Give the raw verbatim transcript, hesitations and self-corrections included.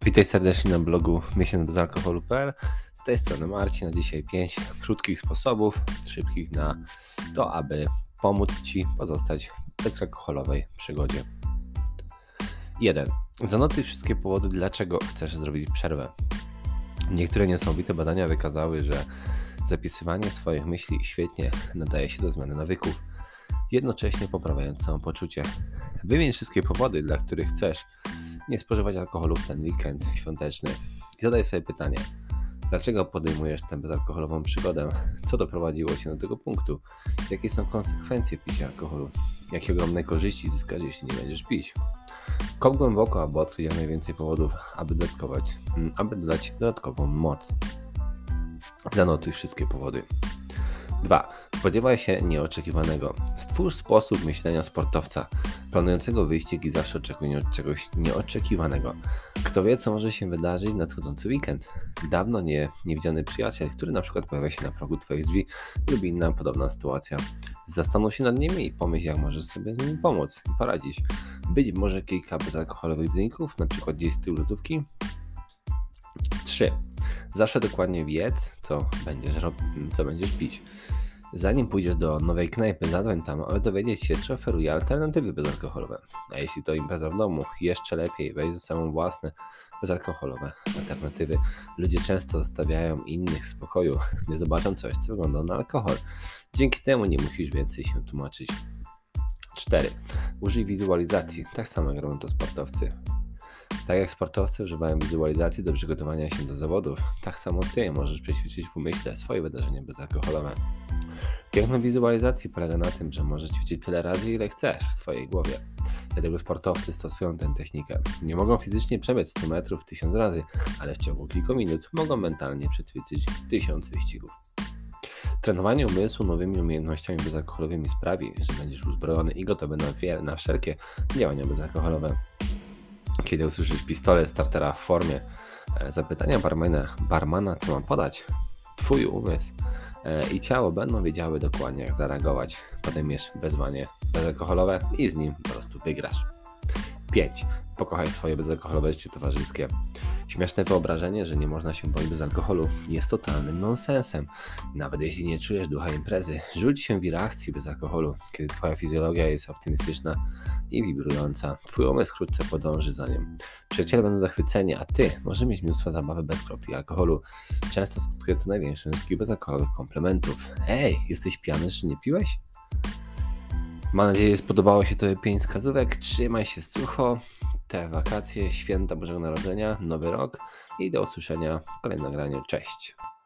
Witaj serdecznie na blogu miesiąc bez alkoholu kropka p l. Z tej strony Marcin, a dzisiaj pięć krótkich sposobów, szybkich na to, aby pomóc Ci pozostać w bezalkoholowej przygodzie. jeden. Zanotuj wszystkie powody, dlaczego chcesz zrobić przerwę. Niektóre niesamowite badania wykazały, że zapisywanie swoich myśli świetnie nadaje się do zmiany nawyków, jednocześnie poprawiając samopoczucie. Wymień wszystkie powody, dla których chcesz nie spożywać alkoholu w ten weekend świąteczny i zadaj sobie pytanie, dlaczego podejmujesz tę bezalkoholową przygodę, co doprowadziło Cię do tego punktu, jakie są konsekwencje picia alkoholu, jakie ogromne korzyści zyskasz, jeśli nie będziesz pić. Kop głęboko, aby odkryć jak najwięcej powodów, aby, dodatkować, aby dodać dodatkową moc. Zanotuj wszystkie powody. dwa. Spodziewaj się nieoczekiwanego. Stwórz sposób myślenia sportowca planującego wyścig i zawsze oczekuje czegoś nieoczekiwanego. Kto wie, co może się wydarzyć w nadchodzący weekend. Dawno nie, niewidziany przyjaciel, który na przykład pojawia się na progu Twoich drzwi lub inna podobna sytuacja. Zastanów się nad nimi i pomyśl, jak możesz sobie z nimi pomóc i poradzić. Być może kilka bezalkoholowych drinków, na przykład gdzieś z tyłu lodówki. trzy. Zawsze dokładnie wiedz, co będziesz, co będziesz pić. Zanim pójdziesz do nowej knajpy, zadzwoń tam, aby dowiedzieć się, czy oferuje alternatywy bezalkoholowe. A jeśli to impreza w domu, jeszcze lepiej weź ze sobą własne bezalkoholowe alternatywy. Ludzie często zostawiają innych w spokoju, gdy zobaczą coś, co wygląda na alkohol. Dzięki temu nie musisz więcej się tłumaczyć. cztery. Użyj wizualizacji, tak samo jak robią to sportowcy. Tak jak sportowcy używają wizualizacji do przygotowania się do zawodów, tak samo Ty możesz przećwiczyć w umyśle swoje wydarzenie bezalkoholowe. Piękno wizualizacji polega na tym, że możesz ćwiczyć tyle razy, ile chcesz w swojej głowie. Dlatego sportowcy stosują tę technikę. Nie mogą fizycznie przebiec sto metrów tysiąc razy, ale w ciągu kilku minut mogą mentalnie przećwiczyć tysiąc wyścigów. Trenowanie umysłu nowymi umiejętnościami bezalkoholowymi sprawi, że będziesz uzbrojony i gotowy na, wie- na wszelkie działania bezalkoholowe. Kiedy usłyszysz pistolet startera w formie e, zapytania barmana, barmana, co mam podać, Twój umysł e, i ciało będą wiedziały dokładnie, jak zareagować. Podejmiesz wezwanie bezalkoholowe i z nim po prostu wygrasz. pięć. Pokochaj swoje bezalkoholowe życie towarzyskie. Śmieszne wyobrażenie, że nie można się boić bez alkoholu, jest totalnym nonsensem. Nawet jeśli nie czujesz ducha imprezy, rzuć się w reakcji bez alkoholu, kiedy Twoja fizjologia jest optymistyczna i wibrująca. Twój umysł wkrótce podąży za nim. Przyjaciele będą zachwyceni, a Ty możesz mieć mnóstwo zabawy bez kropli alkoholu. Często skutkuje to największym z bezalkoholowych komplementów. Ej, jesteś pijany, czy nie piłeś? Mam nadzieję, że spodobało się Tobie pięć wskazówek. Trzymaj się sucho. Te wakacje, święta Bożego Narodzenia, Nowy Rok i do usłyszenia w kolejnym nagraniu. Cześć!